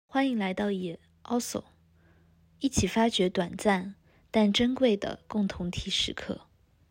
欢迎来到也 also， 一起发掘短暂但珍贵的共同体时刻。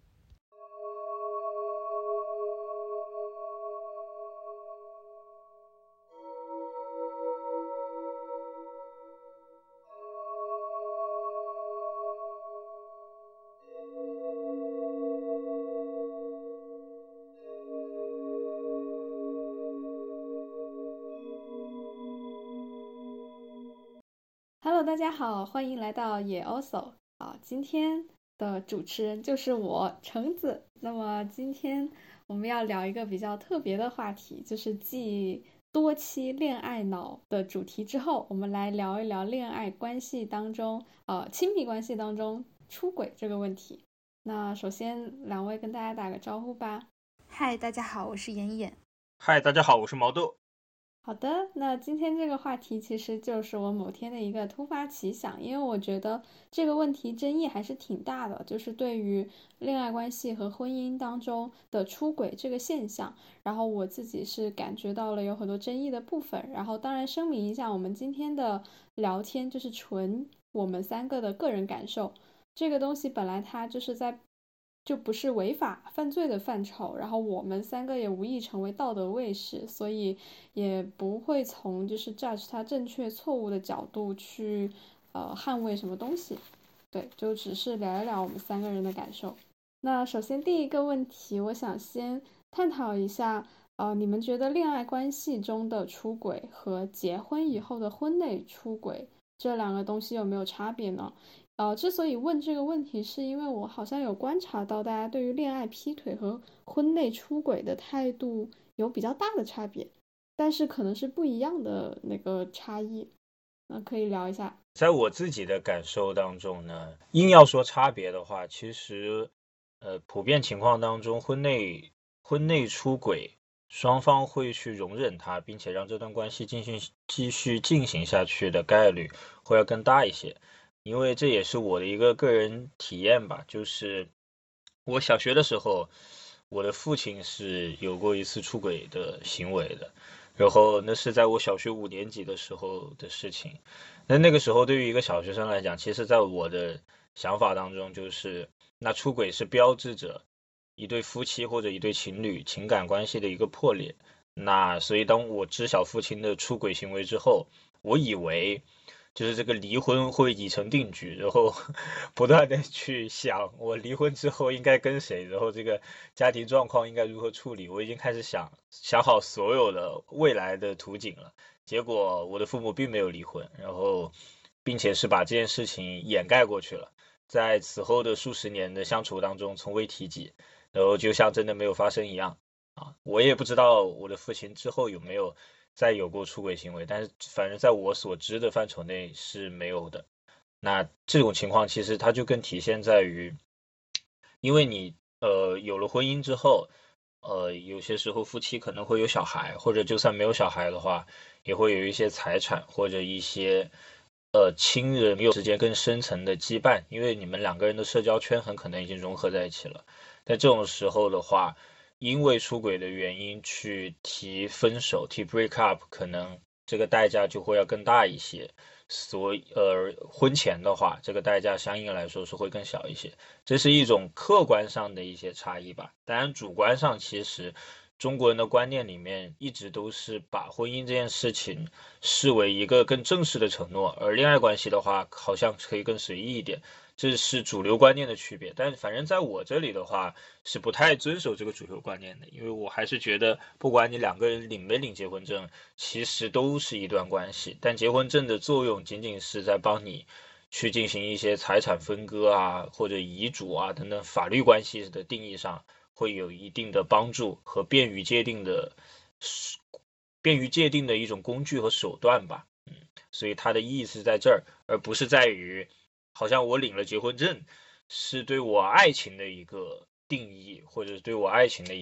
Hello，大家好，欢迎来到也 also。今天的主持人就是我橙子。那么今天我们要聊一个比较特别的话题，就是继多期恋爱脑的主题之后，我们来聊一聊恋爱关系当中，亲密关系当中出轨这个问题。那首先两位跟大家打个招呼吧。 嗨，大家好，我是妍妍。 嗨，大家好，我是毛豆。 好的，那今天这个话题其实就是我某天的一个突发奇想，因为我觉得这个问题争议还是挺大的，就是对于恋爱关系和婚姻当中的出轨这个现象，然后我自己是感觉到了有很多争议的部分，然后当然声明一下，我们今天的聊天就是纯我们三个的个人感受，这个东西本来它就不是违法犯罪的范畴，然后我们三个也无意成为道德卫士，所以也不会从就是 judge 它正确错误的角度去捍卫什么东西，对，就只是聊一聊我们三个人的感受。那首先第一个问题，我想先探讨一下，你们觉得恋爱关系中的出轨和结婚以后的婚内出轨这两个东西有没有差别呢？之所以问这个问题，是因为我好像有观察到大家对于恋爱劈腿和婚内出轨的态度有比较大的差别，但是可能是不一样的那个差异。那可以聊一下。 在我自己的感受当中呢，硬要说差别的话，其实，普遍情况当中，婚内出轨，双方会去容忍它，并且让这段关系继续进行下去的概率会要更大一些。因为这也是我的一个个人体验吧，就是我小学的时候，我的父亲是有过一次出轨的行为的。然后那是在我小学5年级的时候的事情。那个时候对于一个小学生来讲，其实在我的想法当中，就是那出轨是标志着一对夫妻或者一对情侣情感关系的一个破裂。那所以当我知晓父亲的出轨行为之后，我以为就是这个离婚会已成定局，然后不断的去想我离婚之后应该跟谁，然后这个家庭状况应该如何处理，我已经开始想好所有的未来的图景了。结果我的父母并没有离婚，然后并且是把这件事情掩盖过去了，在此后的数十年的相处当中从未提及，然后就像真的没有发生一样。我也不知道我的父亲之后有没有再有过出轨行为，但是反正在我所知的范畴内是没有的。那这种情况其实它就更体现在于，因为你有了婚姻之后，有些时候夫妻可能会有小孩，或者就算没有小孩的话，也会有一些财产或者一些亲人有之间更深层的羁绊，因为你们两个人的社交圈很可能已经融合在一起了。在这种时候的话，因为出轨的原因去提分手、提 break up，可能这个代价就会要更大一些。婚前的话，这个代价相应来说是会更小一些。这是一种客观上的一些差异吧。当然，主观上其实中国人的观念里面一直都是把婚姻这件事情视为一个更正式的承诺，而恋爱关系的话，好像可以更随意一点。这是主流观念的区别，但反正在我这里的话是不太遵守这个主流观念的，因为我还是觉得不管你两个人领没领结婚证，其实都是一段关系，但结婚证的作用仅仅是在帮你去进行一些财产分割啊，或者遗嘱啊等等法律关系的定义上会有一定的帮助和便于界定的一种工具和手段吧。所以它的意义是在这儿，而不是在于好像我领了结婚证是对我爱情的一个定义，或者是对我爱情的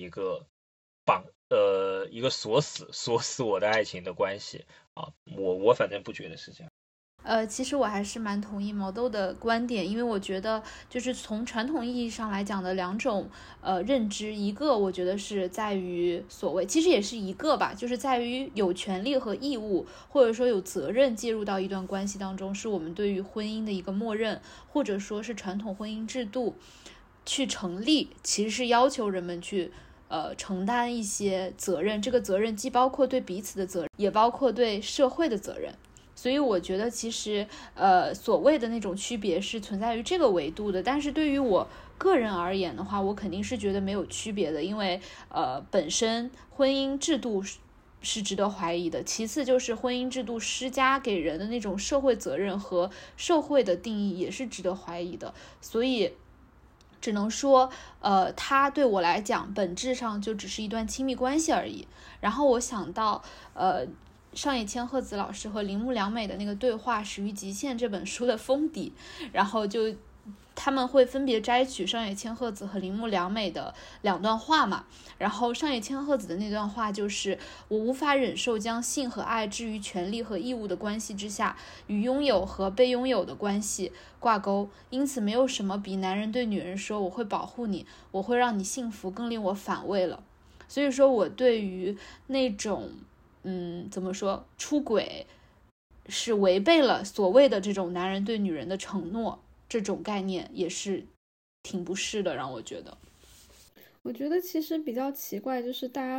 一个锁死我的爱情的关系啊。我反正不觉得是这样。 其实我还是蛮同意毛豆的观点，因为我觉得就是从传统意义上来讲的两种认知，一个我觉得是在于所谓，其实也是一个吧，就是在于有权利和义务，或者说有责任介入到一段关系当中，是我们对于婚姻的一个默认，或者说是传统婚姻制度去成立，其实是要求人们去承担一些责任，这个责任既包括对彼此的责任，也包括对社会的责任。所以我觉得其实所谓的那种区别是存在于这个维度的，但是对于我个人而言的话，我肯定是觉得没有区别的，因为本身婚姻制度是值得怀疑的，其次就是婚姻制度施加给人的那种社会责任和社会的定义也是值得怀疑的，所以只能说它对我来讲本质上就只是一段亲密关系而已。然后我想到上野千鹤子老师和铃木良美的那个对话《始于极限》这本书的封底，然后就他们会分别摘取上野千鹤子和铃木良美的两段话嘛，然后上野千鹤子的那段话就是我无法忍受将性和爱置于权利和义务的关系之下，与拥有和被拥有的关系挂钩，因此没有什么比男人对女人说我会保护你，我会让你幸福更令我反胃了。所以说我对于那种怎么说，出轨是违背了所谓的这种男人对女人的承诺，这种概念也是挺不适的，让我觉得。 我觉得其实比较奇怪，就是大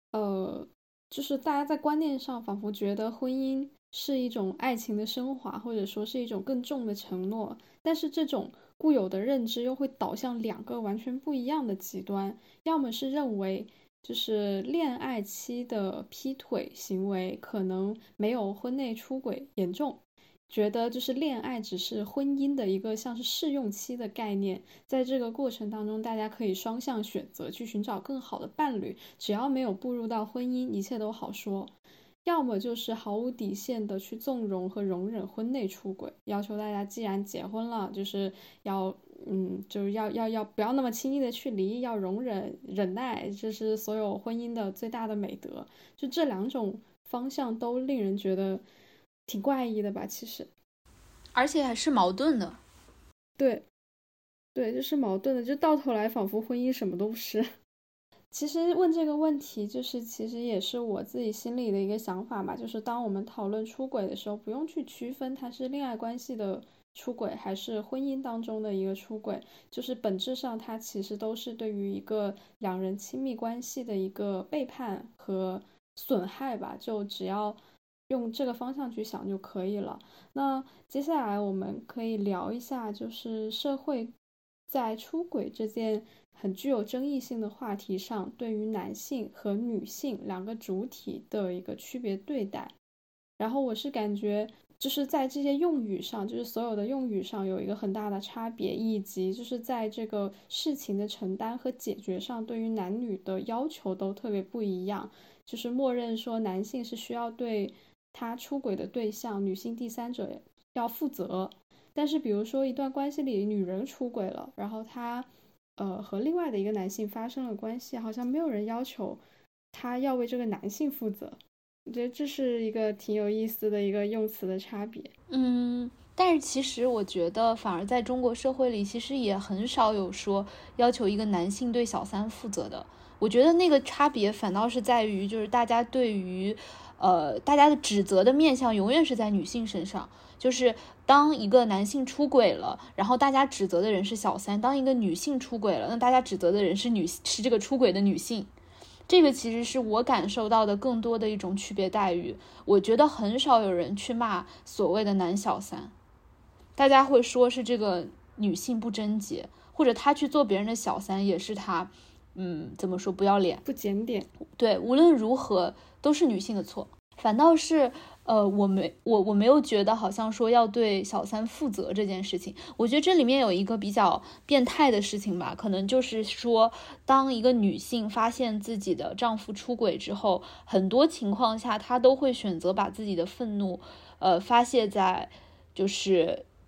家在观念上仿佛觉得婚姻是一种爱情的升华，或者说是一种更重的承诺，但是这种固有的认知又会导向两个完全不一样的极端，要么是认为就是恋爱期的劈腿行为可能没有婚内出轨严重，觉得就是恋爱只是婚姻的一个像是试用期的概念，在这个过程当中大家可以双向选择去寻找更好的伴侣，只要没有步入到婚姻一切都好说。要么就是毫无底线的去纵容和容忍婚内出轨，要求大家既然结婚了，就是要就是要不要那么轻易的去离，要容忍忍耐，这是所有婚姻的最大的美德。就这两种方向都令人觉得挺怪异的吧，其实， 而且还是矛盾的。 对，就是矛盾的，就到头来仿佛婚姻什么都不是。其实问这个问题，就是其实也是我自己心里的一个想法吧，就是当我们讨论出轨的时候，不用去区分它是恋爱关系的出轨还是婚姻当中的一个出轨，就是本质上它其实都是对于一个两人亲密关系的一个背叛和损害吧，就只要用这个方向去想就可以了。那接下来我们可以聊一下，就是社会在出轨这件很具有争议性的话题上，对于男性和女性两个主体的一个区别对待。然后我是感觉就是在这些用语上，就是所有的用语上有一个很大的差别，以及就是在这个事情的承担和解决上，对于男女的要求都特别不一样。就是默认说男性是需要对他出轨的对象女性第三者要负责，但是比如说一段关系里女人出轨了，然后她和另外的一个男性发生了关系，好像没有人要求他要为这个男性负责。我觉得这是一个挺有意思的一个用词的差别。 但是其实我觉得反而在中国社会里，其实也很少有说要求一个男性对小三负责的。我觉得那个差别反倒是在于，就是大家对于大家的指责的面向永远是在女性身上。就是当一个男性出轨了，然后大家指责的人是小三；当一个女性出轨了，那大家指责的人是这个出轨的女性。这个其实是我感受到的更多的一种区别待遇。我觉得很少有人去骂所谓的男小三，大家会说是这个女性不贞洁，或者她去做别人的小三也是她怎么说，不要脸不检点。 对，无论如何都是女性的错。反倒是我没有觉得好像说要对小三负责这件事情。我觉得这里面有一个比较变态的事情吧，可能就是说当一个女性发现自己的丈夫出轨之后，很多情况下她都会选择把自己的愤怒发泄在就是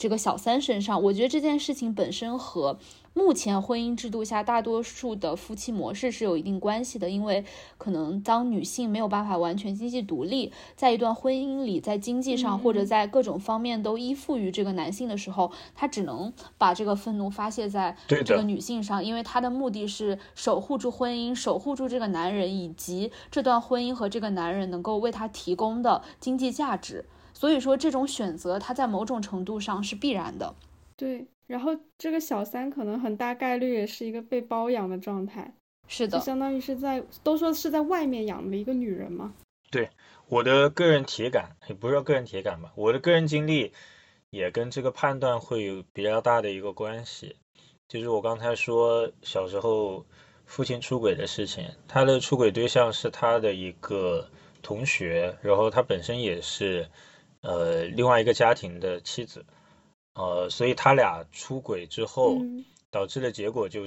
这个小三身上。我觉得这件事情本身和目前婚姻制度下大多数的夫妻模式是有一定关系的，因为可能当女性没有办法完全经济独立，在一段婚姻里，在经济上或者在各种方面都依附于这个男性的时候，她只能把这个愤怒发泄在这个女性上，因为她的目的是守护住婚姻，守护住这个男人，以及这段婚姻和这个男人能够为她提供的经济价值。所以说这种选择它在某种程度上是必然的。 对，然后这个小三可能很大概率也是一个被包养的状态。 是的， 就相当于是都说是在外面养的一个女人嘛。 对，我的个人体感，也不是说个人体感吧，我的个人经历也跟这个判断会有比较大的一个关系。就是我刚才说小时候父亲出轨的事情，他的出轨对象是他的一个同学，然后他本身也是另外一个家庭的妻子，所以他俩出轨之后，导致的结果就是，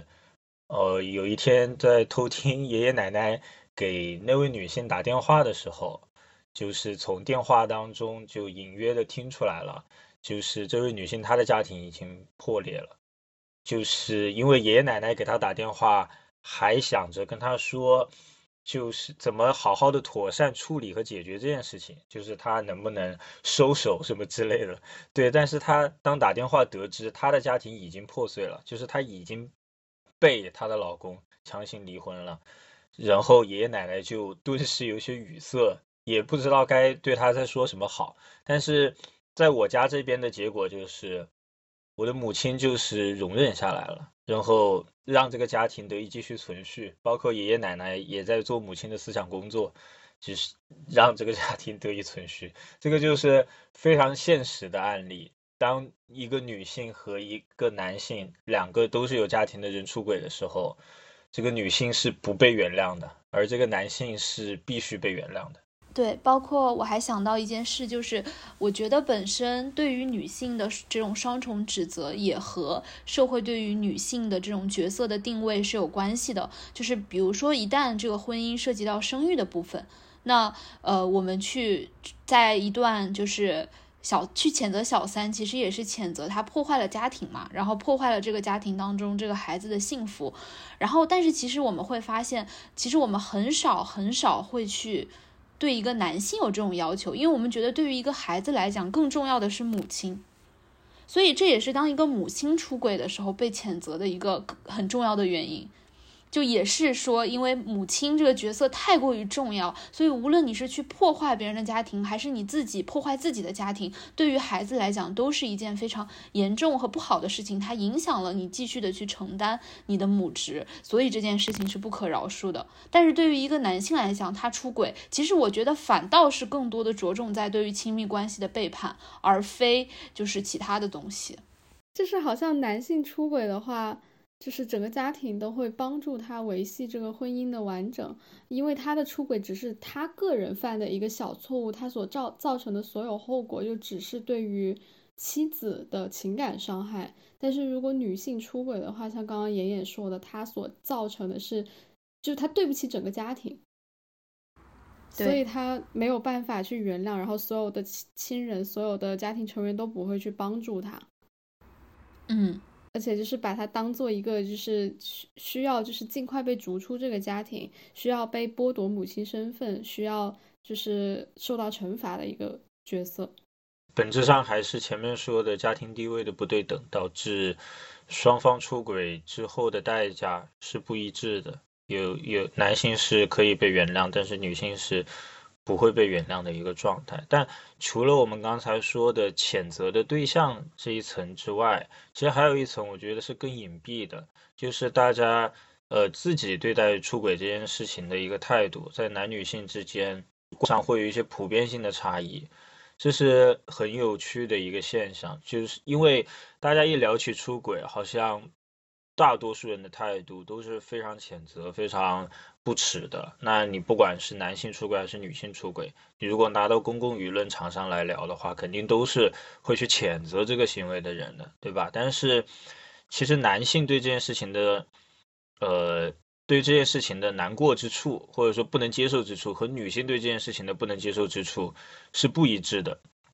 有一天在偷听爷爷奶奶给那位女性打电话的时候，就是从电话当中就隐约的听出来了，就是这位女性她的家庭已经破裂了，就是因为爷爷奶奶给她打电话，还想着跟她说，就是怎么好好的妥善处理和解决这件事情，就是她能不能收手什么之类的。对，但是她当打电话得知她的家庭已经破碎了，就是她已经被她的老公强行离婚了，然后爷爷奶奶就顿时有些语塞，也不知道该对她在说什么好。但是在我家这边的结果就是，我的母亲就是容忍下来了，然后让这个家庭得以继续存续，包括爷爷奶奶也在做母亲的思想工作，就是让这个家庭得以存续。这个就是非常现实的案例。当一个女性和一个男性两个都是有家庭的人出轨的时候，这个女性是不被原谅的，而这个男性是必须被原谅的。 对，包括我还想到一件事，就是我觉得本身对于女性的这种双重指责，也和社会对于女性的这种角色的定位是有关系的。就是比如说，一旦这个婚姻涉及到生育的部分，那我们去在一段就是去谴责小三，其实也是谴责他破坏了家庭嘛，然后破坏了这个家庭当中这个孩子的幸福。然后，但是其实我们会发现，其实我们很少会去对一个男性有这种要求，因为我们觉得对于一个孩子来讲，更重要的是母亲。所以这也是当一个母亲出轨的时候被谴责的一个很重要的原因。就也是说，因为母亲这个角色太过于重要，所以无论你是去破坏别人的家庭，还是你自己破坏自己的家庭，对于孩子来讲都是一件非常严重和不好的事情，它影响了你继续的去承担你的母职，所以这件事情是不可饶恕的。但是对于一个男性来讲，他出轨，其实我觉得反倒是更多的着重在对于亲密关系的背叛，而非就是其他的东西。 就是好像男性出轨的话，就是整个家庭都会帮助他维系这个婚姻的完整，因为他的出轨只是他个人犯的一个小错误，他所造成的所有后果就只是对于妻子的情感伤害。但是如果女性出轨的话，像刚刚妍妍说的，她所造成的是，就是她对不起整个家庭，所以她没有办法去原谅，然后所有的亲人、所有的家庭成员都不会去帮助她。而且就是把它当做一个就是需要就是尽快被逐出这个家庭，需要被剥夺母亲身份，需要就是受到惩罚的一个角色。 本质上还是前面说的家庭地位的不对等，导致双方出轨之后的代价是不一致的。有男性是可以被原谅，但是女性是不会被原谅的一个状态。但除了我们刚才说的谴责的对象这一层之外，其实还有一层我觉得是更隐蔽的，就是大家自己对待出轨这件事情的一个态度，在男女性之间常会有一些普遍性的差异。这是很有趣的一个现象，就是因为大家一聊起出轨，好像大多数人的态度都是非常谴责、非常不耻的。那你不管是男性出轨还是女性出轨，你如果拿到公共舆论场上来聊的话，肯定都是会去谴责这个行为的人的，对吧？但是其实男性对这件事情的对这件事情的难过之处，或者说不能接受之处，和女性对这件事情的不能接受之处是不一致的。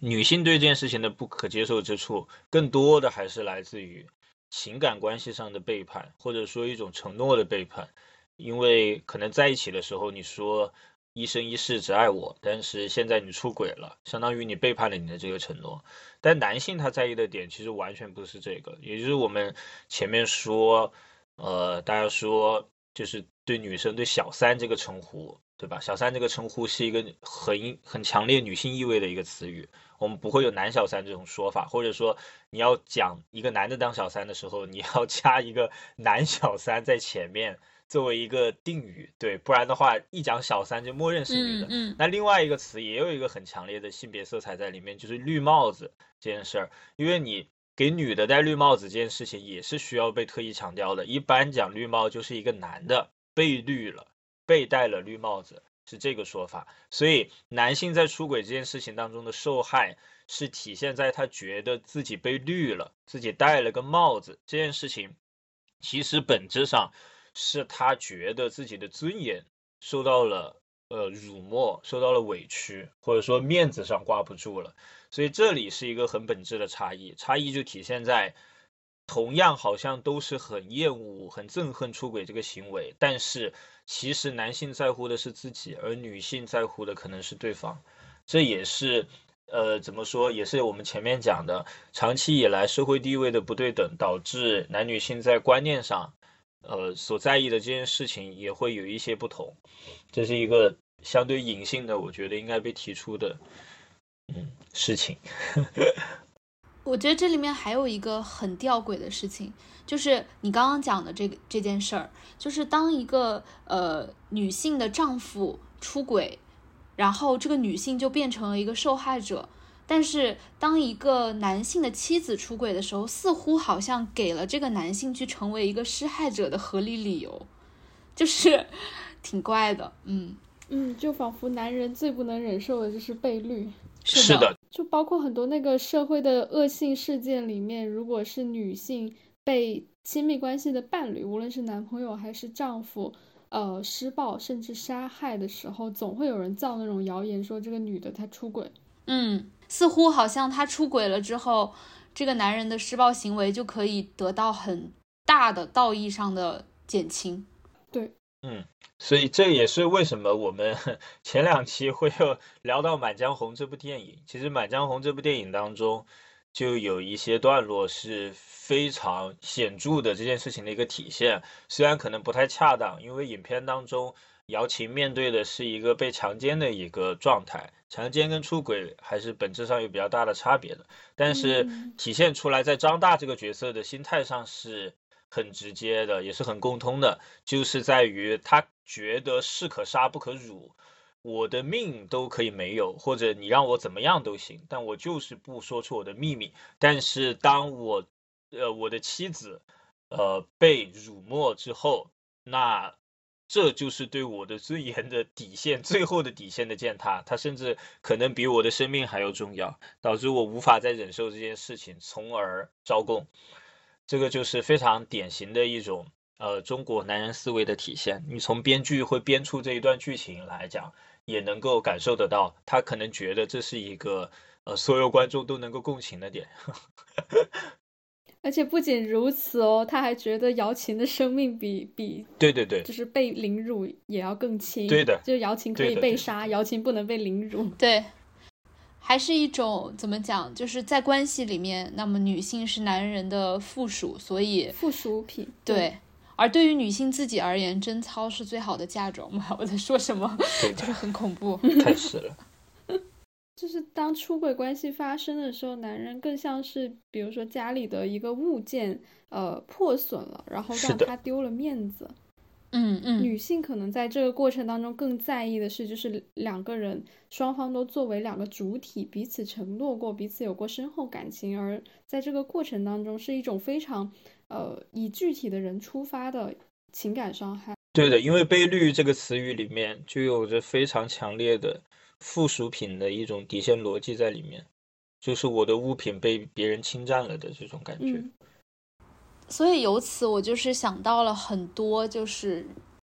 女性对这件事情的不可接受之处，更多的还是来自于情感关系上的背叛，或者说一种承诺的背叛。因为可能在一起的时候你说一生一世只爱我，但是现在你出轨了，相当于你背叛了你的这个承诺。但男性他在意的点其实完全不是这个，也就是我们前面说，大家说就是对女生对小三这个称呼，对吧？小三这个称呼是一个很强烈女性意味的一个词语，我们不会有男小三这种说法，或者说你要讲一个男的当小三的时候，你要加一个男小三在前面作为一个定语，对，不然的话一讲小三就默认是女的。那另外一个词也有一个很强烈的性别色彩在里面，就是绿帽子这件事儿，因为你给女的戴绿帽子这件事情也是需要被特意强调的。一般讲绿帽就是一个男的被绿了，被戴了绿帽子，是这个说法。所以男性在出轨这件事情当中的受害，是体现在他觉得自己被绿了，自己戴了个帽子这件事情，其实本质上是他觉得自己的尊严受到了辱没，受到了委屈，或者说面子上挂不住了。所以这里是一个很本质的差异，差异就体现在同样好像都是很厌恶、很憎恨出轨这个行为，但是其实男性在乎的是自己，而女性在乎的可能是对方。这也是怎么说，也是我们前面讲的长期以来社会地位的不对等，导致男女性在观念上所在意的这件事情也会有一些不同。这是一个相对隐性的，我觉得应该被提出的事情。 我觉得这里面还有一个很吊诡的事情，就是你刚刚讲的这件事儿，就是当一个女性的丈夫出轨，然后这个女性就变成了一个受害者，但是当一个男性的妻子出轨的时候，似乎好像给了这个男性去成为一个施害者的合理理由，就是挺怪的。 就仿佛男人最不能忍受的就是被绿。 是的， 就包括很多那个社会的恶性事件里面，如果是女性被亲密关系的伴侣，无论是男朋友还是丈夫施暴甚至杀害的时候，总会有人造那种谣言说这个女的她出轨。 似乎好像她出轨了之后，这个男人的施暴行为就可以得到很大的道义上的减轻。 对， 所以这也是为什么我们前2期会有聊到《满江红》这部电影。其实《满江红》这部电影当中就有一些段落是非常显著的这件事情的一个体现，虽然可能不太恰当，因为影片当中姚琴面对的是一个被强奸的一个状态，强奸跟出轨还是本质上有比较大的差别的，但是体现出来在张大这个角色的心态上是很直接的，也是很共通的，就是在于他觉得士可杀不可辱，我的命都可以没有，或者你让我怎么样都行，但我就是不说出我的秘密。但是当我的妻子被辱没之后，那这就是对我的尊严的底线，最后的底线的践踏，它甚至可能比我的生命还要重要，导致我无法再忍受这件事情，从而招供。这个就是非常典型的一种中国男人思维的体现。你从编剧会编出这一段剧情来讲，也能够感受得到，他可能觉得这是一个所有观众都能够共情的点。 而且不仅如此哦，他还觉得姚琴的生命比对， 就是被凌辱也要更轻。 对的， 就姚琴可以被杀，姚琴不能被凌辱。 对，还是一种怎么讲，就是在关系里面，那么女性是男人的附属，所以附属品。 对，而对于女性自己而言，贞操是最好的嫁妆嘛。我在说什么？就是很恐怖。 太是了。 就是当出轨关系发生的时候，男人更像是比如说家里的一个物件破损了，然后让他丢了面子。女性可能在这个过程当中更在意的是，就是两个人双方都作为两个主体，彼此承诺过，彼此有过深厚感情，而在这个过程当中是一种非常以具体的人出发的情感伤害。 对的，因为被绿这个词语里面就有着非常强烈的附属品的一种底线逻辑在里面，就是我的物品被别人侵占了的这种感觉。 所以由此我就是想到了很多就是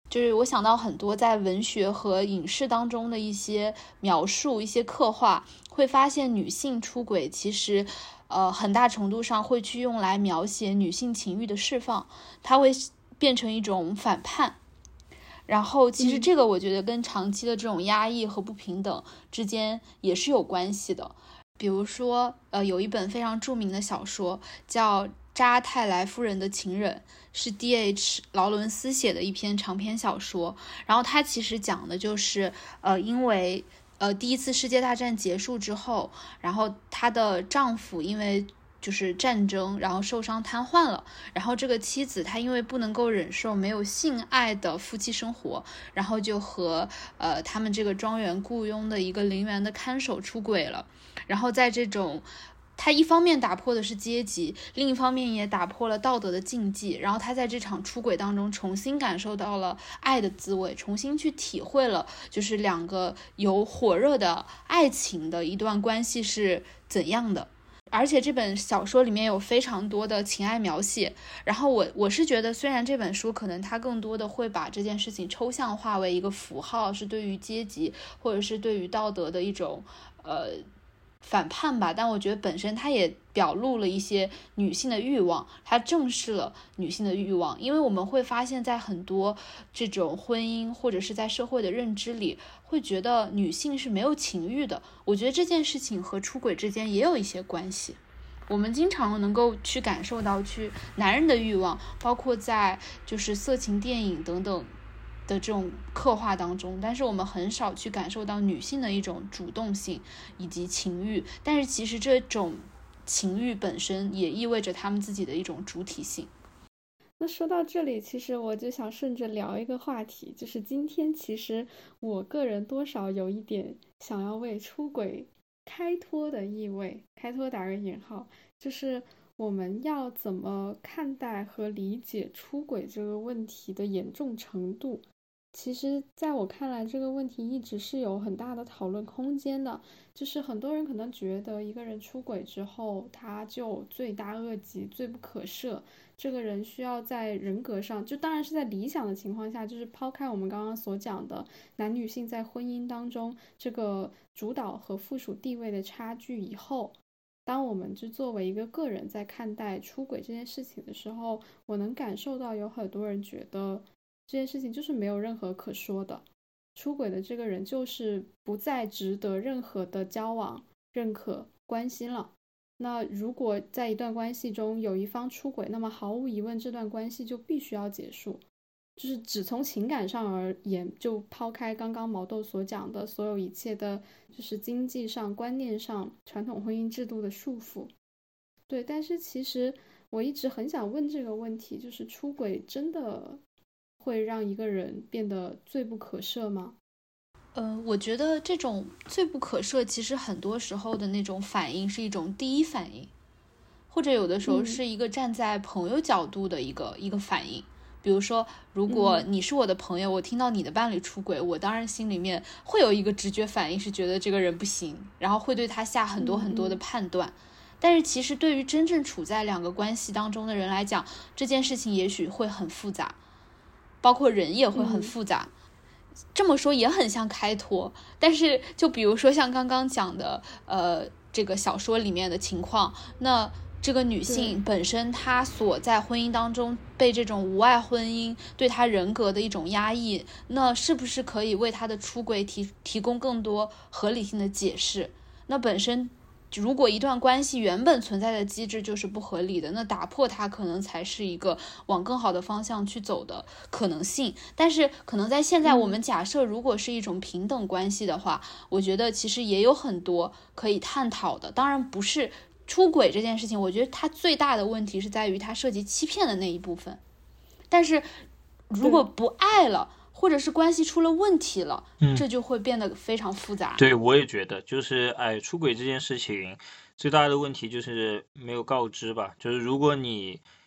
就是我想到很多在文学和影视当中的一些描述、一些刻画，会发现女性出轨其实很大程度上会去用来描写女性情欲的释放，它会变成一种反叛。然后其实这个我觉得跟长期的这种压抑和不平等之间也是有关系的。比如说有一本非常著名的小说叫扎泰莱夫人的情人，是 D.H. 劳伦斯写的一篇长篇小说。然后它其实讲的就是因为第一次世界大战结束之后，然后她的丈夫因为就是战争然后受伤瘫痪了，然后这个妻子她因为不能够忍受没有性爱的夫妻生活，然后就和他们这个庄园雇佣的一个陵园的看守出轨了。然后在这种他一方面打破的是阶级，另一方面也打破了道德的禁忌，然后他在这场出轨当中重新感受到了爱的滋味，重新去体会了就是两个有火热的爱情的一段关系是怎样的。而且这本小说里面有非常多的情爱描写，然后我是觉得虽然这本书可能它更多的会把这件事情抽象化为一个符号，是对于阶级或者是对于道德的一种反叛吧，但我觉得本身它也表露了一些女性的欲望，它正视了女性的欲望。因为我们会发现在很多这种婚姻或者是在社会的认知里，会觉得女性是没有情欲的。我觉得这件事情和出轨之间也有一些关系。我们经常能够去感受到去男人的欲望，包括在就是色情电影等等的这种刻画当中，但是我们很少去感受到女性的一种主动性以及情欲，但是其实这种情欲本身也意味着他们自己的一种主体性。 那说到这里，其实我就想顺着聊一个话题，就是今天其实我个人多少有一点想要为出轨开脱的意味，开脱打个引号，就是我们要怎么看待和理解出轨这个问题的严重程度。其实在我看来，这个问题一直是有很大的讨论空间的。就是很多人可能觉得一个人出轨之后，他就罪大恶极，罪不可赦，这个人需要在人格上，就当然是在理想的情况下，就是抛开我们刚刚所讲的男女性在婚姻当中这个主导和附属地位的差距以后，当我们就作为一个个人在看待出轨这件事情的时候，我能感受到有很多人觉得这件事情就是没有任何可说的，出轨的这个人就是不再值得任何的交往、认可、关心了。那如果在一段关系中有一方出轨，那么毫无疑问这段关系就必须要结束。就是只从情感上而言，就抛开刚刚毛豆所讲的所有一切的，就是经济上、观念上、传统婚姻制度的束缚。对，但是其实我一直很想问这个问题，就是出轨真的会让一个人变得罪不可赦吗？ 我觉得这种罪不可赦其实很多时候的那种反应是一种第一反应，或者有的时候是一个站在朋友角度的一个反应。比如说如果你是我的朋友，我听到你的伴侣出轨，我当然心里面会有一个直觉反应，是觉得这个人不行，然后会对他下很多很多的判断。但是其实对于真正处在两个关系当中的人来讲，这件事情也许会很复杂，包括人也会很复杂。这么说也很像开脱，但是就比如说像刚刚讲的这个小说里面的情况，那这个女性本身她所在婚姻当中被这种无爱婚姻对她人格的一种压抑，那是不是可以为她的出轨提供更多合理性的解释？那本身如果一段关系原本存在的机制就是不合理的，那打破它可能才是一个往更好的方向去走的可能性。但是可能在现在我们假设如果是一种平等关系的话，我觉得其实也有很多可以探讨的。当然不是出轨这件事情，我觉得它最大的问题是在于它涉及欺骗的那一部分。但是如果不爱了，或者是关系出了问题了，这就会变得非常复杂。 对，我也觉得就是出轨这件事情最大的问题就是没有告知吧。就是如果你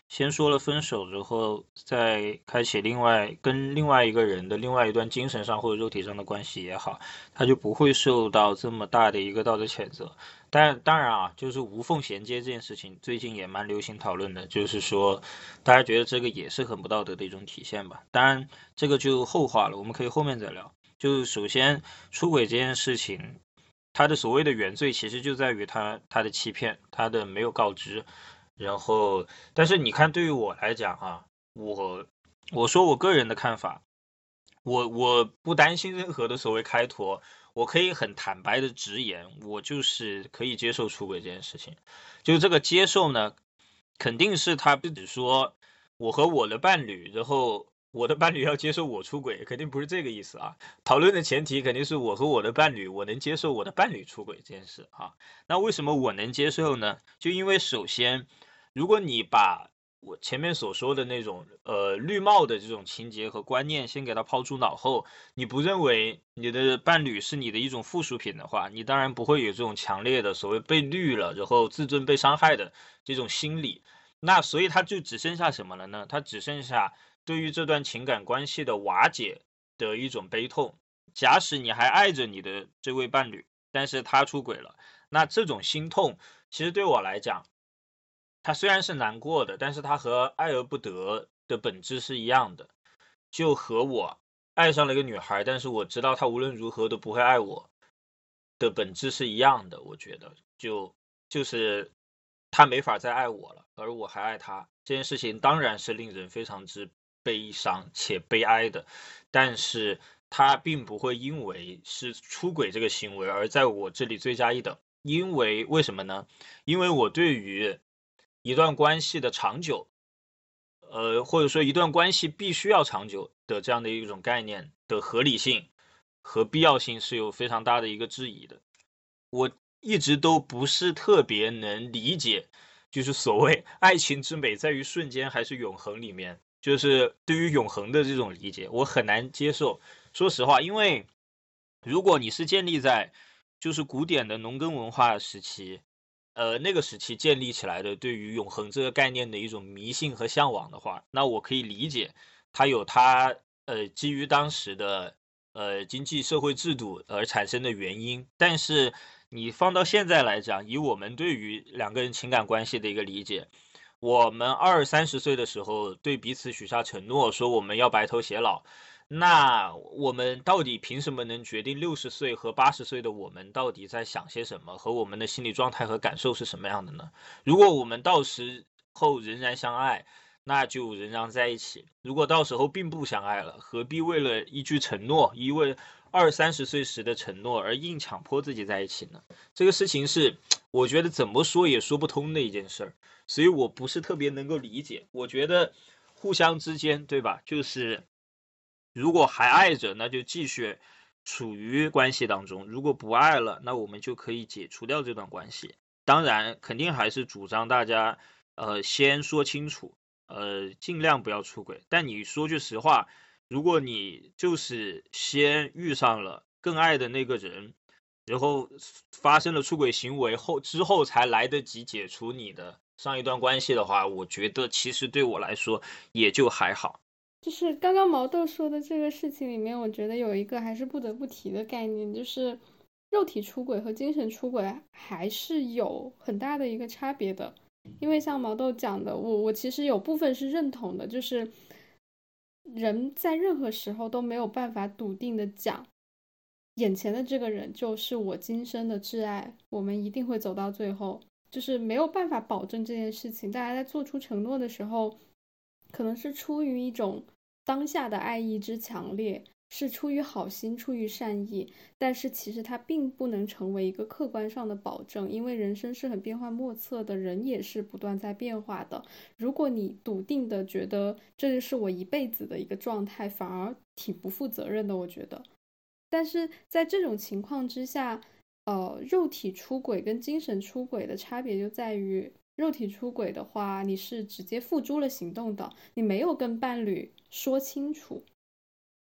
先说了分手之后，再开启跟另外一个人的另外一段精神上或者肉体上的关系也好，他就不会受到这么大的一个道德谴责。但当然啊，就是无缝衔接这件事情，最近也蛮流行讨论的，就是说大家觉得这个也是很不道德的一种体现吧。当然这个就后话了，我们可以后面再聊。就首先出轨这件事情，他的所谓的原罪其实就在于他的欺骗，他的没有告知。然后，但是你看，对于我来讲啊，我说我个人的看法，我不担心任何的所谓开脱，我可以很坦白的直言，我就是可以接受出轨这件事情。就这个接受呢，肯定是他不只说我和我的伴侣，然后我的伴侣要接受我出轨，肯定不是这个意思啊。讨论的前提肯定是我和我的伴侣，我能接受我的伴侣出轨这件事啊。那为什么我能接受呢？就因为首先，如果你把我前面所说的那种绿帽的这种情节和观念先给它抛诸脑后，你不认为你的伴侣是你的一种附属品的话，你当然不会有这种强烈的所谓被绿了然后自尊被伤害的这种心理。那所以它就只剩下什么了呢？它只剩下对于这段情感关系的瓦解的一种悲痛。假使你还爱着你的这位伴侣，但是他出轨了，那这种心痛其实对我来讲，他虽然是难过的，但是他和爱而不得的本质是一样的，就和我爱上了一个女孩，但是我知道她无论如何都不会爱我的本质是一样的。我觉得就是她没法再爱我了，而我还爱她，这件事情当然是令人非常之悲伤且悲哀的，但是他并不会因为是出轨这个行为而在我这里罪加一等。因为为什么呢？因为我对于一段关系的长久，或者说一段关系必须要长久的这样的一种概念的合理性和必要性是有非常大的一个质疑的。我一直都不是特别能理解，就是所谓爱情之美在于瞬间还是永恒里面，就是对于永恒的这种理解，我很难接受。说实话，因为如果你是建立在就是古典的农耕文化时期，那个时期建立起来的对于永恒这个概念的一种迷信和向往的话，那我可以理解它有它基于当时的经济社会制度而产生的原因。但是你放到现在来讲，以我们对于两个人情感关系的一个理解，我们20、30岁的时候对彼此许下承诺，说我们要白头偕老。那我们到底凭什么能决定60岁和80岁的我们到底在想些什么，和我们的心理状态和感受是什么样的呢？如果我们到时候仍然相爱，那就仍然在一起；如果到时候并不相爱了，何必为了一句承诺，因为20、30岁时的承诺而硬强迫自己在一起呢？这个事情是我觉得怎么说也说不通的一件事儿，所以我不是特别能够理解。我觉得互相之间，对吧？就是如果还爱着，那就继续处于关系当中；如果不爱了，那我们就可以解除掉这段关系。当然，肯定还是主张大家先说清楚，尽量不要出轨。但你说句实话，如果你就是先遇上了更爱的那个人，然后发生了出轨行为之后才来得及解除你的上一段关系的话，我觉得其实对我来说也就还好。 就是刚刚毛豆说的这个事情里面，我觉得有一个还是不得不提的概念，就是肉体出轨和精神出轨还是有很大的一个差别的。因为像毛豆讲的，我其实有部分是认同的，就是人在任何时候都没有办法笃定的讲，眼前的这个人就是我今生的挚爱，我们一定会走到最后，就是没有办法保证这件事情。大家在做出承诺的时候，可能是出于一种当下的爱意之强烈，是出于好心，出于善意，但是其实它并不能成为一个客观上的保证，因为人生是很变幻莫测的，人也是不断在变化的。如果你笃定的觉得这是我一辈子的一个状态，反而挺不负责任的，我觉得。但是在这种情况之下，肉体出轨跟精神出轨的差别就在于，肉体出轨的话，你是直接付诸了行动的，你没有跟伴侣说清楚，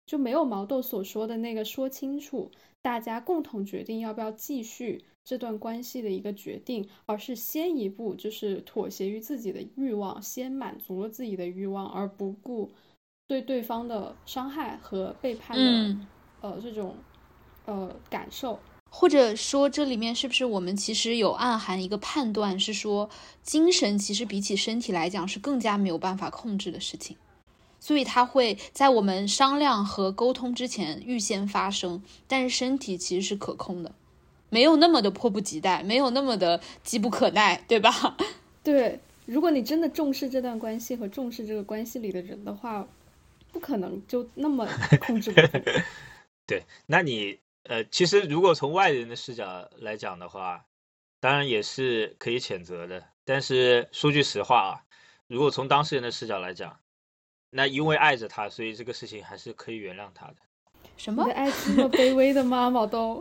就没有毛豆所说的那个说清楚，大家共同决定要不要继续这段关系的一个决定，而是先一步就是妥协于自己的欲望，先满足了自己的欲望，而不顾对对方的伤害和背叛的、这种感受。 或者说这里面是不是我们其实有暗含一个判断，是说精神其实比起身体来讲是更加没有办法控制的事情，所以它会在我们商量和沟通之前预先发生，但是身体其实是可控的，没有那么的迫不及待，没有那么的急不可耐，对吧？ 对，如果你真的重视这段关系和重视这个关系里的人的话，不可能就那么控制不住。 对，那你其实如果从外人的视角来讲的话，当然也是可以谴责的，但是说句实话啊，如果从当事人的视角来讲，那因为爱着他，所以这个事情还是可以原谅他的。 什么？ 你的爱这么卑微的吗，毛豆？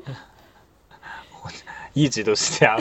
一直都是这样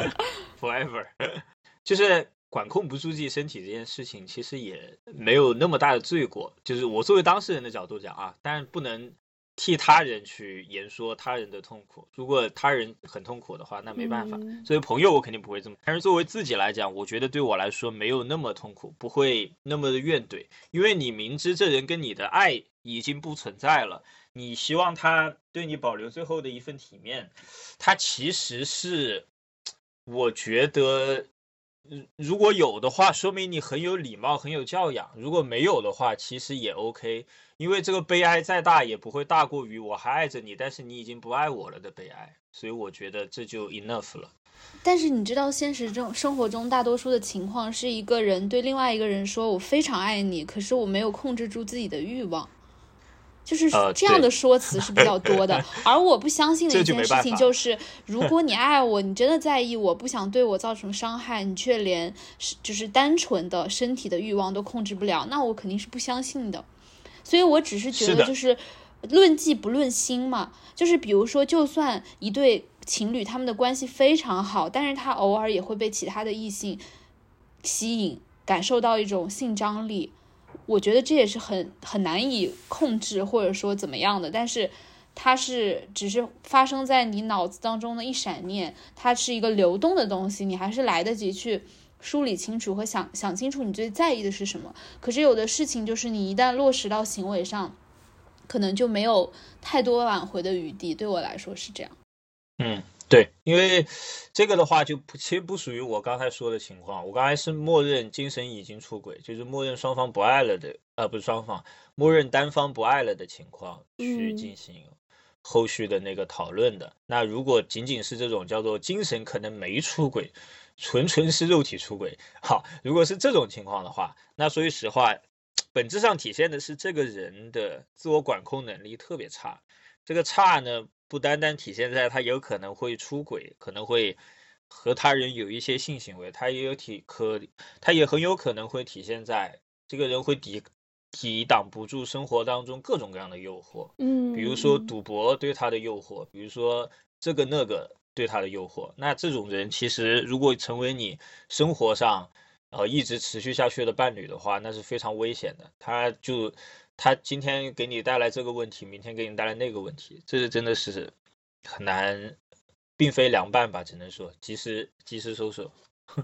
forever 就是管控不住自己身体这件事情其实也没有那么大的罪过，就是我作为当事人的角度讲啊，当然不能替他人去言说他人的痛苦，如果他人很痛苦的话那没办法，作为朋友我肯定不会这么，但是作为自己来讲，我觉得对我来说没有那么痛苦，不会那么的怨怼，因为你明知这人跟你的爱已经不存在了，你希望他对你保留最后的一份体面，他其实是我觉得如果有的话说明你很有礼貌很有教养，如果没有的话其实也 OK， 因为这个悲哀再大也不会大过于我还爱着你但是你已经不爱我了的悲哀，所以我觉得这就 enough 了。 但是你知道现实中生活中大多数的情况是一个人对另外一个人说我非常爱你，可是我没有控制住自己的欲望，就是这样的说辞是比较多的而我不相信的一件事情就是如果你爱我你真的在意我，不想对我造成伤害，你却连就是单纯的身体的欲望都控制不了，那我肯定是不相信的。所以我只是觉得就是论迹不论心嘛，就是比如说就算一对情侣他们的关系非常好，但是他偶尔也会被其他的异性吸引，感受到一种性张力，我觉得这也是很难以控制或者说怎么样的，但是它是只是发生在你脑子当中的一闪念，它是一个流动的东西，你还是来得及去梳理清楚和想清楚你最在意的是什么。可是有的事情就是你一旦落实到行为上，可能就没有太多挽回的余地，对我来说是这样。 对，因为这个的话就其实不属于我刚才说的情况，我刚才是默认精神已经出轨，就是默认双方不爱了的不是双方，默认单方不爱了的情况去进行后续的那个讨论的。那如果仅仅是这种叫做精神可能没出轨，纯是肉体出轨，好，如果是这种情况的话，那说句实话本质上体现的是这个人的自我管控能力特别差，这个差呢不单单体现在他有可能会出轨，可能会和他人有一些性行为，他也很有可能会体现在这个人会抵挡不住生活当中各种各样的诱惑，比如说赌博对他的诱惑，比如说这个那个对他的诱惑，那这种人其实如果成为你生活上一直持续下去的伴侣的话，那是非常危险的，他今天给你带来这个问题，明天给你带来那个问题，这真的是很难，并非凉拌吧，只能说及时收手。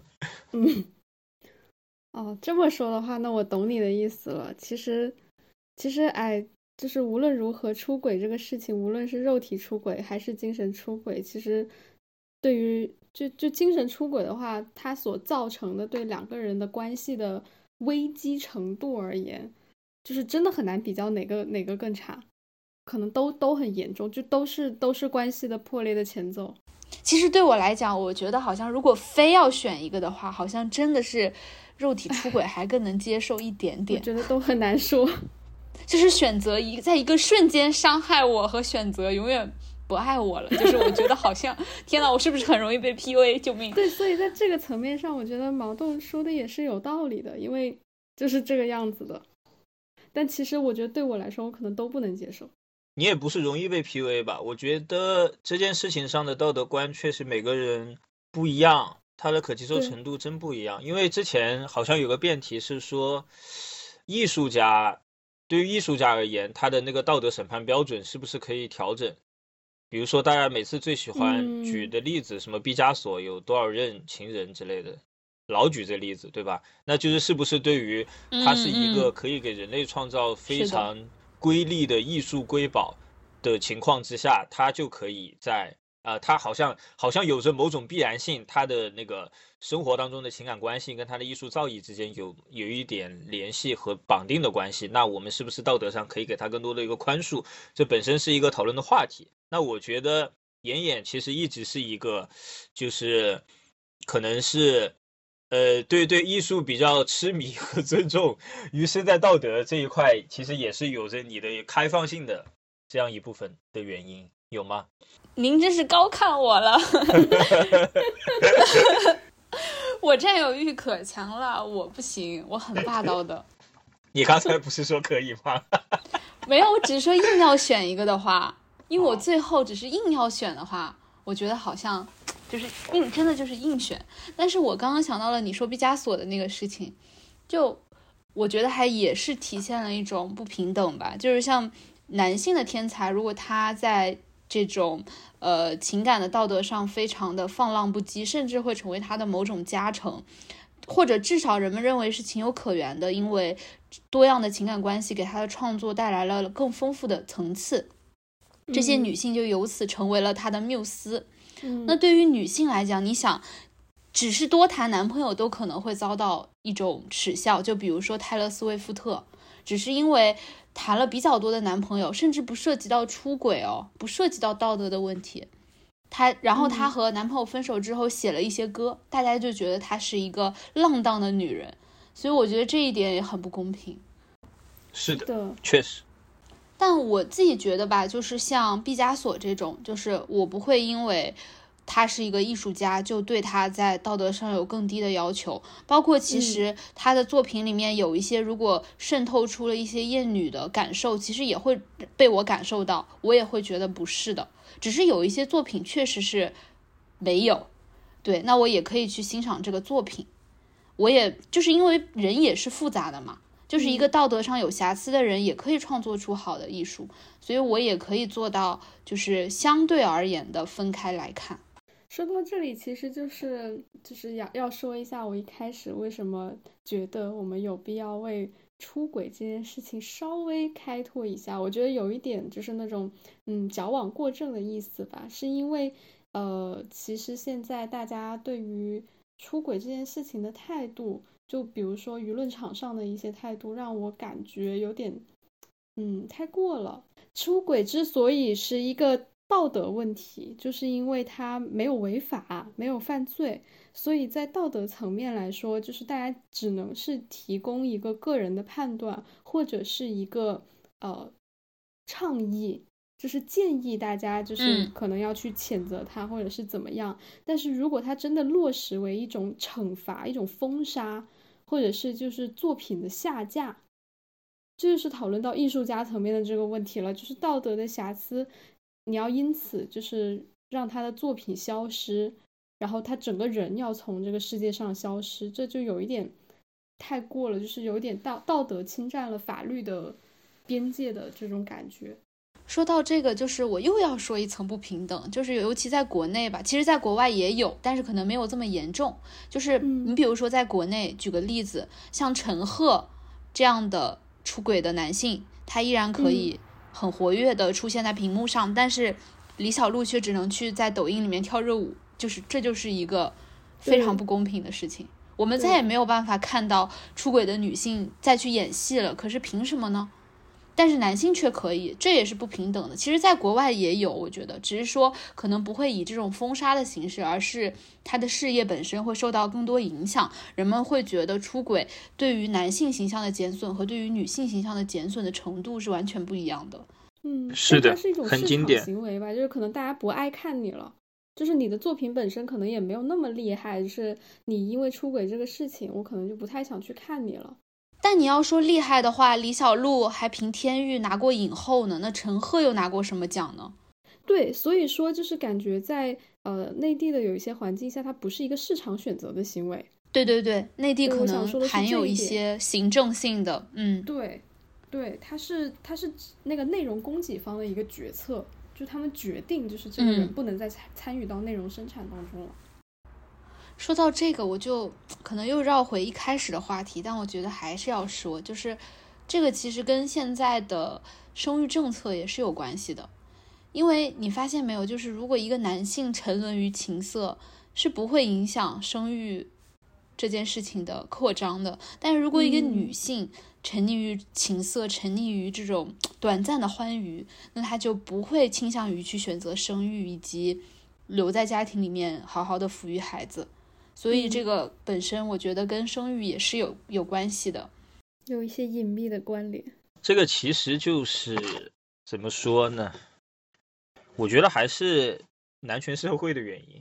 这么说的话，那我懂你的意思了。其实就是无论如何出轨这个事情，无论是肉体出轨还是精神出轨，其实对于就精神出轨的话，它所造成的对两个人的关系的危机程度而言，就是真的很难比较哪个更差，可能都很严重，就都是关系的破裂的前奏。 其实对我来讲，我觉得好像如果非要选一个的话，好像真的是肉体出轨还更能接受一点点。 我觉得都很难说， 就是选择在一个瞬间伤害我和选择永远不爱我了，就是我觉得好像天哪，我是不是很容易被 PUA？ 救命！ 对，所以在这个层面上，我觉得毛豆说的也是有道理的，因为就是这个样子的。但其实我觉得对我来说，我可能都不能接受。 你也不是容易被 PUA 吧？我觉得这件事情上的道德观确实每个人不一样，他的可接受程度真不一样。因为之前好像有个辩题是说，艺术家对于艺术家而言，他的那个道德审判标准是不是可以调整？比如说大家每次最喜欢举的例子，什么毕加索有多少任情人之类的，老举这例子，对吧？那就是是不是对于他是一个可以给人类创造非常瑰丽的艺术瑰宝的情况之下，他就可以在他好像有着某种必然性，他的那个生活当中的情感关系跟他的艺术造诣之间有一点联系和绑定的关系，那我们是不是道德上可以给他更多的一个宽恕？这本身是一个讨论的话题。那我觉得妍妍其实一直是一个就是可能是对艺术比较痴迷和尊重，于是在道德这一块其实也是有着你的开放性的这样一部分的原因，有吗？ 您真是高看我了我占有欲可强了，我不行，我很霸道的你刚才不是说可以吗没有，我只是说硬要选一个的话，因为我最后只是硬要选的话，我觉得好像就是真的就是硬选。但是我刚刚想到了你说毕加索的那个事情，就我觉得还也是体现了一种不平等吧，就是像男性的天才，如果他在这种情感的道德上非常的放浪不羁，甚至会成为他的某种加成，或者至少人们认为是情有可原的，因为多样的情感关系给他的创作带来了更丰富的层次，这些女性就由此成为了他的缪斯。那对于女性来讲，你想只是多谈男朋友都可能会遭到一种耻笑，就比如说泰勒·斯威夫特，只是因为谈了比较多的男朋友，甚至不涉及到出轨不涉及到道德的问题，然后她和男朋友分手之后写了一些歌，大家就觉得她是一个浪荡的女人，所以我觉得这一点也很不公平。 是的，确实。 但我自己觉得吧，就是像毕加索这种，就是我不会因为他是一个艺术家就对他在道德上有更低的要求，包括其实他的作品里面有一些如果渗透出了一些厌女的感受，其实也会被我感受到，我也会觉得不是的，只是有一些作品确实是没有，对，那我也可以去欣赏这个作品，我也就是因为人也是复杂的嘛，就是一个道德上有瑕疵的人也可以创作出好的艺术，所以我也可以做到就是相对而言的分开来看。 说到这里，其实就是要说一下我一开始为什么觉得我们有必要为出轨这件事情稍微开拓一下。我觉得有一点就是那种矫枉过正的意思吧，是因为其实现在大家对于出轨这件事情的态度，就比如说舆论场上的一些态度，让我感觉有点太过了。出轨之所以是一个道德问题，就是因为他没有违法，没有犯罪，所以在道德层面来说，就是大家只能是提供一个个人的判断，或者是一个倡议，就是建议大家就是可能要去谴责他，或者是怎么样。但是如果他真的落实为一种惩罚，一种封杀，或者是就是作品的下架，这就是讨论到艺术家层面的这个问题了，就是道德的瑕疵你要因此就是让他的作品消失，然后他整个人要从这个世界上消失，这就有一点太过了，就是有一点道德侵占了法律的边界的这种感觉。 说到这个，就是我又要说一层不平等，就是尤其在国内吧，其实在国外也有，但是可能没有这么严重。就是你比如说在国内，举个例子，像陈赫这样的出轨的男性，他依然可以很活跃的出现在屏幕上，但是李小璐却只能去在抖音里面跳热舞，这就是一个非常不公平的事情。我们再也没有办法看到出轨的女性再去演戏了，可是凭什么呢？但是男性却可以，这也是不平等的。其实在国外也有，我觉得只是说可能不会以这种封杀的形式，而是他的事业本身会受到更多影响，人们会觉得出轨对于男性形象的减损和对于女性形象的减损的程度是完全不一样的。 是的， 它是一种很经典行为吧，就是可能大家不爱看你了，就是你的作品本身可能也没有那么厉害，就是你因为出轨这个事情，我可能就不太想去看你了。 但你要说厉害的话，李小璐还凭天域拿过影后呢，那陈赫又拿过什么奖呢？ 对，所以说就是感觉在内地的有一些环境下，它不是一个市场选择的行为。 对，内地可能含有一些行政性的， 对， 对，它是那个内容供给方的一个决策，就他们决定就是这个人不能再参与到内容生产当中了。 说到这个，我就可能又绕回一开始的话题，但我觉得还是要说，就是这个其实跟现在的生育政策也是有关系的。因为你发现没有，就是如果一个男性沉沦于情色，是不会影响生育这件事情的扩张的。但是如果一个女性沉溺于情色，沉溺于这种短暂的欢愉，那她就不会倾向于去选择生育，以及留在家庭里面好好的抚育孩子。所以这个本身我觉得跟生育也是有关系的， 有一些隐秘的关联。 这个其实就是怎么说呢？我觉得还是男权社会的原因，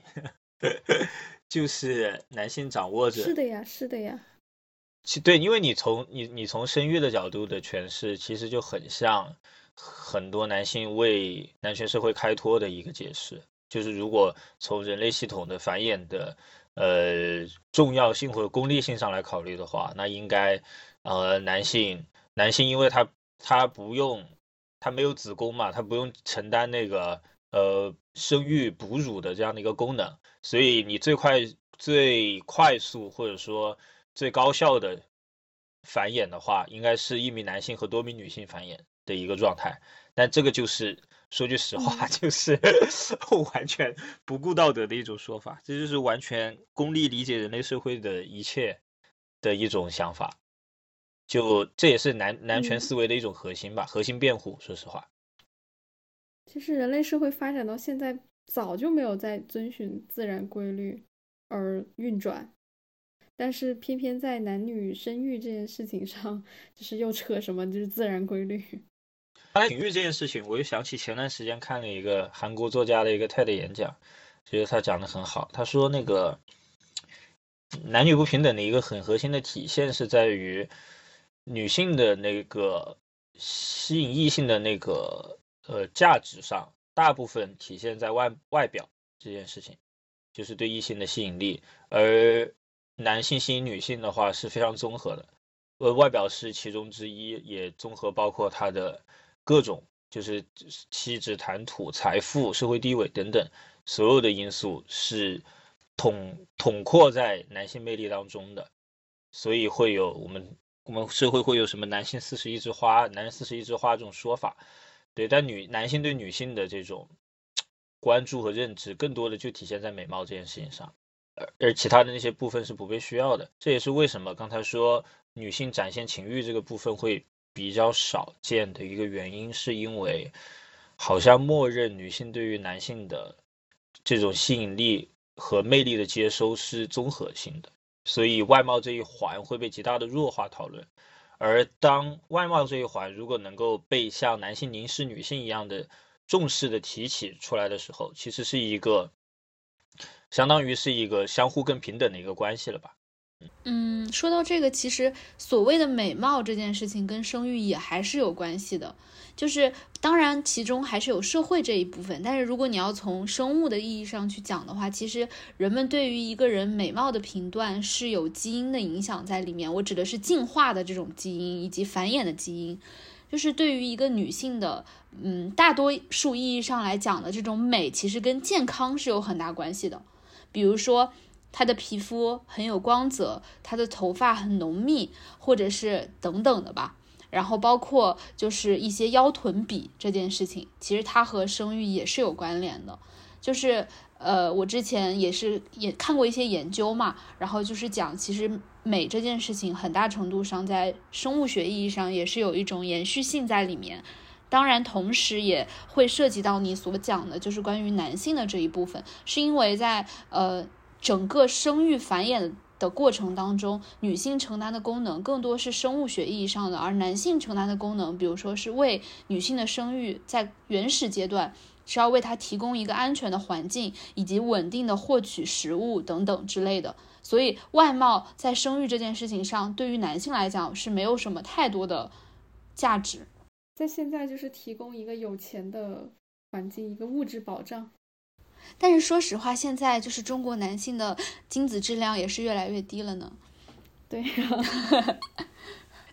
就是男性掌握着。 是的呀，是的呀。 对，因为你从生育的角度的诠释，其实就很像很多男性为男权社会开脱的一个解释。就是如果从人类系统的繁衍的重要性或者功利性上来考虑的话，那应该男性因为他没有子宫嘛，他不用承担那个生育哺乳的这样的一个功能，所以你最快速或者说最高效的繁衍的话，应该是一名男性和多名女性繁衍的一个状态。但这个就是说句实话，就是完全不顾道德的一种说法，这就是完全功利理解人类社会的一切的一种想法。就这也是男权思维的一种核心吧，核心辩护。说实话， 其实人类社会发展到现在，早就没有在遵循自然规律而运转，但是偏偏在男女生育这件事情上，就是又扯什么就是自然规律。 情欲这件事情，我又想起前段时间看了一个韩国作家的一个TED演讲，觉得他讲的很好。他说那个男女不平等的一个很核心的体现是在于女性的那个吸引异性的那个价值上，大部分体现在外表这件事情，就是对异性的吸引力。而男性吸引女性的话是非常综合的，外表是其中之一，也综合包括他的各种就是气质、谈吐、财富、社会地位等等所有的因素是统括在男性魅力当中的。所以会有我们社会会有什么男性41枝花、男人41枝花这种说法。对，但男性对女性的这种关注和认知更多的就体现在美貌这件事情上，而其他的那些部分是不被需要的。这也是为什么刚才说女性展现情欲这个部分会比较少见的一个原因，是因为好像默认女性对于男性的这种吸引力和魅力的接收是综合性的，所以外貌这一环会被极大的弱化讨论。而当外貌这一环如果能够被像男性凝视女性一样的重视的提起出来的时候，其实是一个相当于是一个相互更平等的一个关系了吧。 说到这个，其实所谓的美貌这件事情跟生育也还是有关系的，就是当然其中还是有社会这一部分，但是如果你要从生物的意义上去讲的话，其实人们对于一个人美貌的评断是有基因的影响在里面，我指的是进化的这种基因以及繁衍的基因。就是对于一个女性的大多数意义上来讲的这种美，其实跟健康是有很大关系的。比如说她的皮肤很有光泽，她的头发很浓密，或者是等等的吧。然后包括就是一些腰臀比这件事情，其实它和生育也是有关联的。就是我之前也看过一些研究嘛，然后就是讲其实美这件事情很大程度上在生物学意义上也是有一种延续性在里面。当然同时也会涉及到你所讲的就是关于男性的这一部分，是因为在整个生育繁衍的过程当中，女性承担的功能更多是生物学意义上的，而男性承担的功能比如说是为女性的生育在原始阶段是要为她提供一个安全的环境以及稳定的获取食物等等之类的。所以外貌在生育这件事情上对于男性来讲是没有什么太多的价值， 在现在就是提供一个有钱的环境，一个物质保障。 但是说实话，现在就是中国男性的精子质量也是越来越低了呢。 对啊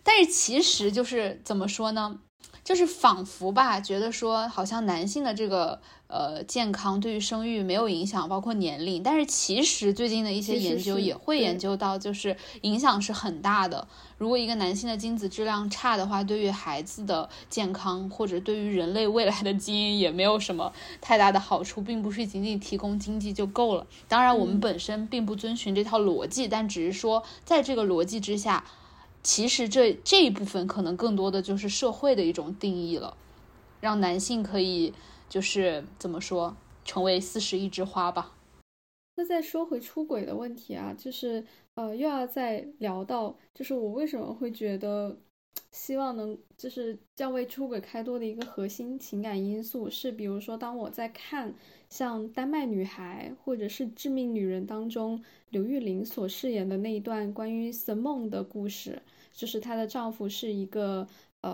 但是其实就是怎么说呢，就是仿佛吧，觉得说好像男性的这个健康对于生育没有影响，包括年龄，但是其实最近的一些研究也会研究到，就是影响是很大的。如果一个男性的精子质量差的话，对于孩子的健康或者对于人类未来的基因也没有什么太大的好处，并不是仅仅提供经济就够了。当然我们本身并不遵循这套逻辑，但只是说在这个逻辑之下，其实这一部分可能更多的就是社会的一种定义了，让男性可以就是怎么说，成为41枝花吧。 那再说回出轨的问题啊，就是又要再聊到，就是我为什么会觉得希望能就是要为出轨开多的一个核心情感因素是，比如说当我在看像《丹麦女孩》或者是《致命女人》当中刘玉玲所饰演的那一段关于 Simone 的故事，就是她的丈夫是一个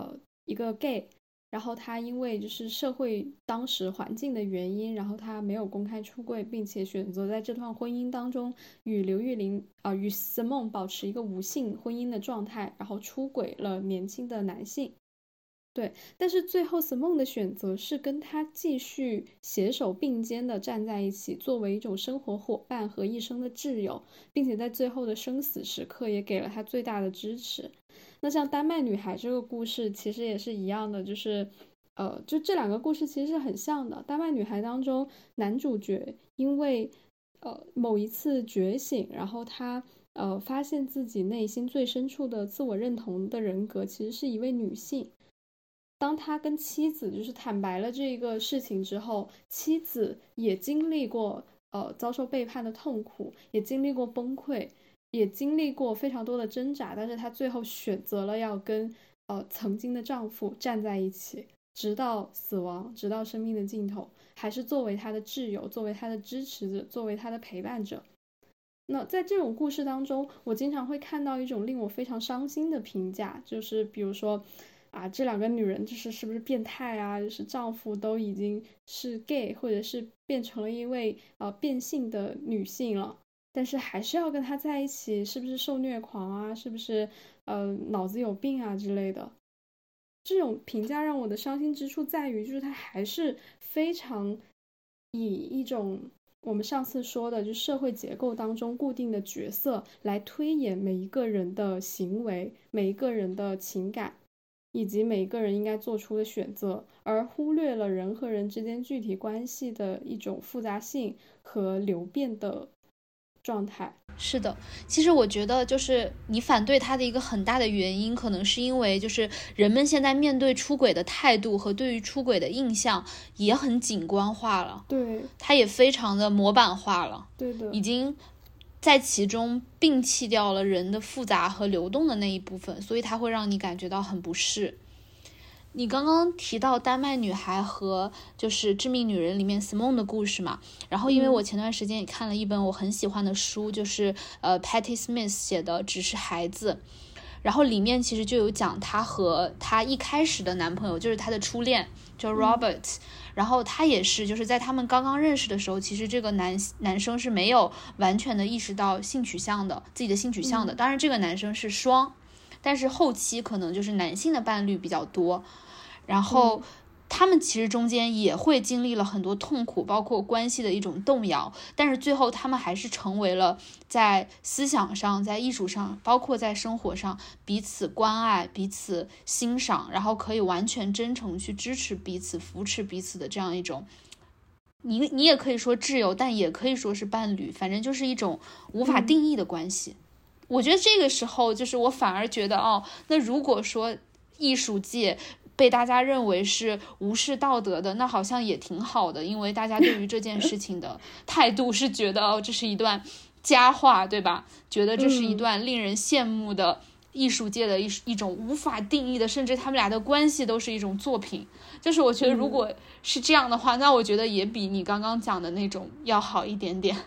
gay。然后她因为就是社会当时环境的原因，然后她没有公开出柜，并且选择在这段婚姻当中与刘玉玲与 Simone 保持一个无性婚姻的状态，然后出轨了年轻的男性。对，但是最后 Simone 的选择是跟他继续携手并肩的站在一起，作为一种生活伙伴和一生的挚友，并且在最后的生死时刻也给了他最大的支持。那像丹麦女孩这个故事其实也是一样的，就是就这两个故事其实是很像的。丹麦女孩当中男主角因为某一次觉醒，然后他发现自己内心最深处的自我认同的人格其实是一位女性。当他跟妻子就是坦白了这个事情之后，妻子也经历过遭受背叛的痛苦，也经历过崩溃，也经历过非常多的挣扎，但是她最后选择了要跟曾经的丈夫站在一起，直到死亡，直到生命的尽头，还是作为她的挚友，作为她的支持者，作为她的陪伴者。那在这种故事当中，我经常会看到一种令我非常伤心的评价，就是比如说这两个女人是不是变态啊？就是丈夫都已经是 gay， 或者是变成了一位变性的女性了，但是还是要跟他在一起，是不是受虐狂啊？是不是脑子有病啊之类的？这种评价让我的伤心之处在于，就是他还是非常以一种我们上次说的，就社会结构当中固定的角色来推演每一个人的行为，每一个人的情感，以及每个人应该做出的选择，而忽略了人和人之间具体关系的一种复杂性和流变的状态。 是的，其实我觉得就是你反对他的一个很大的原因，可能是因为就是人们现在面对出轨的态度和对于出轨的印象也很景观化了， 对， 它也非常的模板化了， 对的， 已经在其中摒弃掉了人的复杂和流动的那一部分，所以它会让你感觉到很不适。你刚刚提到丹麦女孩和就是致命女人里面 Simone 的故事嘛，然后因为我前段时间也看了一本我很喜欢的书，就是Patti Smith 写的只是孩子，然后里面其实就有讲她和她一开始的男朋友，就是她的初恋叫 Robert，然后他也是就是在他们刚刚认识的时候，其实这个男生是没有完全的意识到性取向的，自己的性取向的，当然这个男生是双，但是后期可能就是男性的伴侣比较多，然后他们其实中间也会经历了很多痛苦，包括关系的一种动摇，但是最后他们还是成为了在思想上，在艺术上，包括在生活上彼此关爱，彼此欣赏，然后可以完全真诚去支持彼此，扶持彼此的这样一种，你也可以说挚友，但也可以说是伴侣，反正就是一种无法定义的关系。我觉得这个时候就是我反而觉得那如果说艺术界被大家认为是无视道德的，那好像也挺好的，因为大家对于这件事情的态度是觉得这是一段佳话，对吧？觉得这是一段令人羡慕的艺术界的一种无法定义的，甚至他们俩的关系都是一种作品。就是我觉得如果是这样的话，那我觉得也比你刚刚讲的那种要好一点点。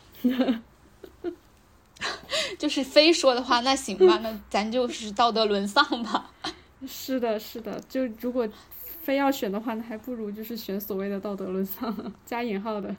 就是非说的话，那行吧，那咱就是道德沦丧吧。 是的，是的，就如果非要选的话，那还不如就是选所谓的道德沦丧，加引号的。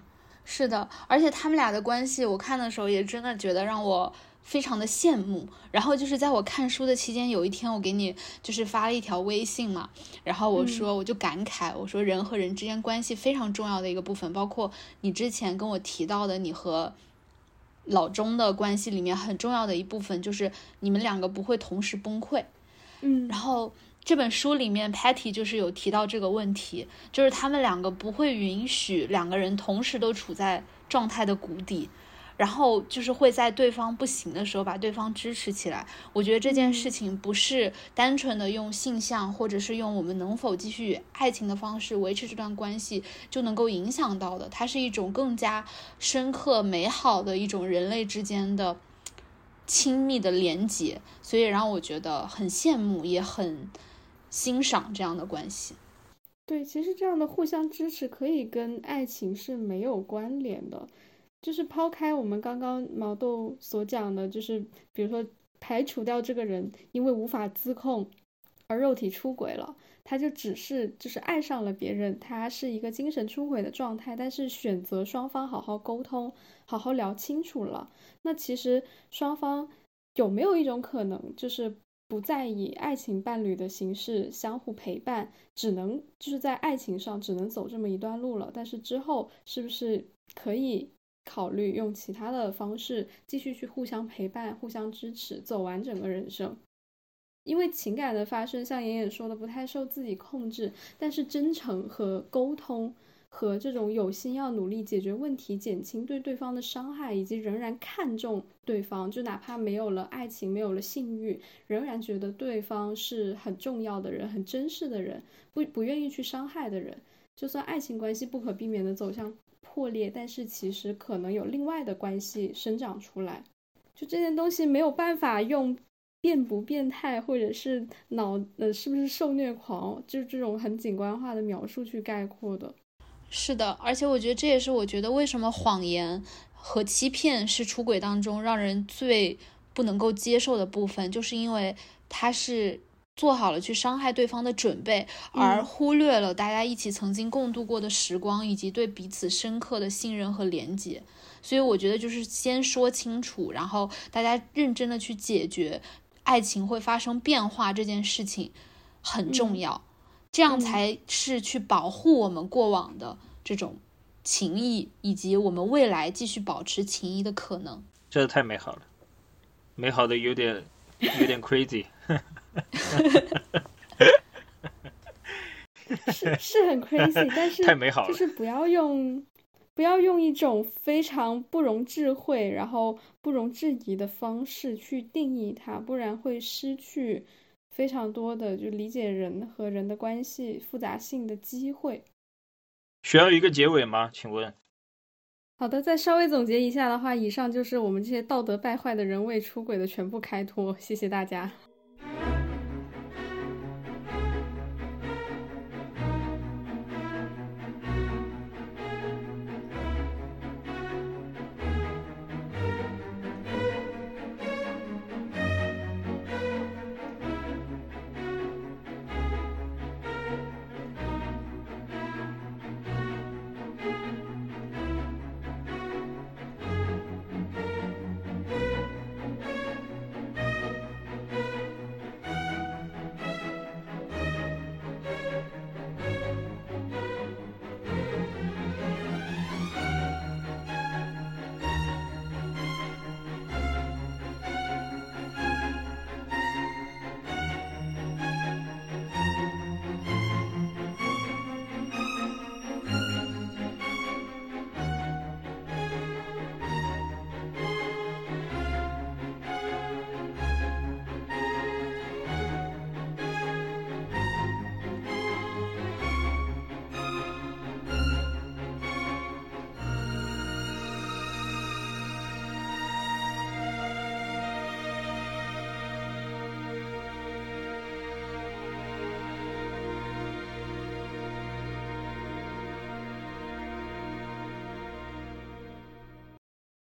是的，而且他们俩的关系，我看的时候也真的觉得让我非常的羡慕。然后就是在我看书的期间，有一天我给你就是发了一条微信嘛，然后我说我就感慨，我说人和人之间关系非常重要的一个部分，包括你之前跟我提到的你和老钟的关系里面很重要的一部分，就是你们两个不会同时崩溃。然后这本书里面 Patty 就是有提到这个问题，就是他们两个不会允许两个人同时都处在状态的谷底，然后就是会在对方不行的时候把对方支持起来。我觉得这件事情不是单纯的用性向或者是用我们能否继续爱情的方式维持这段关系就能够影响到的，它是一种更加深刻美好的一种人类之间的亲密的连结，所以让我觉得很羡慕也很欣赏这样的关系。 对，其实这样的互相支持可以跟爱情是没有关联的，就是抛开我们刚刚毛豆所讲的，就是比如说排除掉这个人因为无法自控而肉体出轨了，他就只是就是爱上了别人，他是一个精神出轨的状态，但是选择双方好好沟通，好好聊清楚了，那其实双方有没有一种可能，就是不再以爱情伴侣的形式相互陪伴，只能就是在爱情上只能走这么一段路了，但是之后是不是可以考虑用其他的方式继续去互相陪伴、互相支持，走完整个人生？因为情感的发生，像妍妍说的，不太受自己控制，但是真诚和沟通和这种有心要努力解决问题、减轻对对方的伤害，以及仍然看重对方，就哪怕没有了爱情，没有了性欲，仍然觉得对方是很重要的人、很珍视的人，不愿意去伤害的人。就算爱情关系不可避免的走向破裂，但是其实可能有另外的关系生长出来。就这件东西没有办法用变不变态或者是是不是受虐狂，就是这种很景观化的描述去概括的。 是的，而且我觉得这也是我觉得为什么谎言和欺骗是出轨当中让人最不能够接受的部分，就是因为它是做好了去伤害对方的准备，而忽略了大家一起曾经共度过的时光，以及对彼此深刻的信任和连结。所以我觉得就是先说清楚，然后大家认真的去解决爱情会发生变化这件事情很重要，这样才是去保护我们过往的这种情谊，以及我们未来继续保持情谊的可能。 这太美好了，美好的有点 crazy 是很 crazy 但是太美好了， 就是不要用一种非常不容智慧然后不容置疑的方式去定义它，不然会失去非常多的就理解人和人的关系复杂性的机会。 需要一个结尾吗？请问？ 好的，再稍微总结一下的话，以上就是我们这些道德败坏的人为出轨的全部开脱，谢谢大家。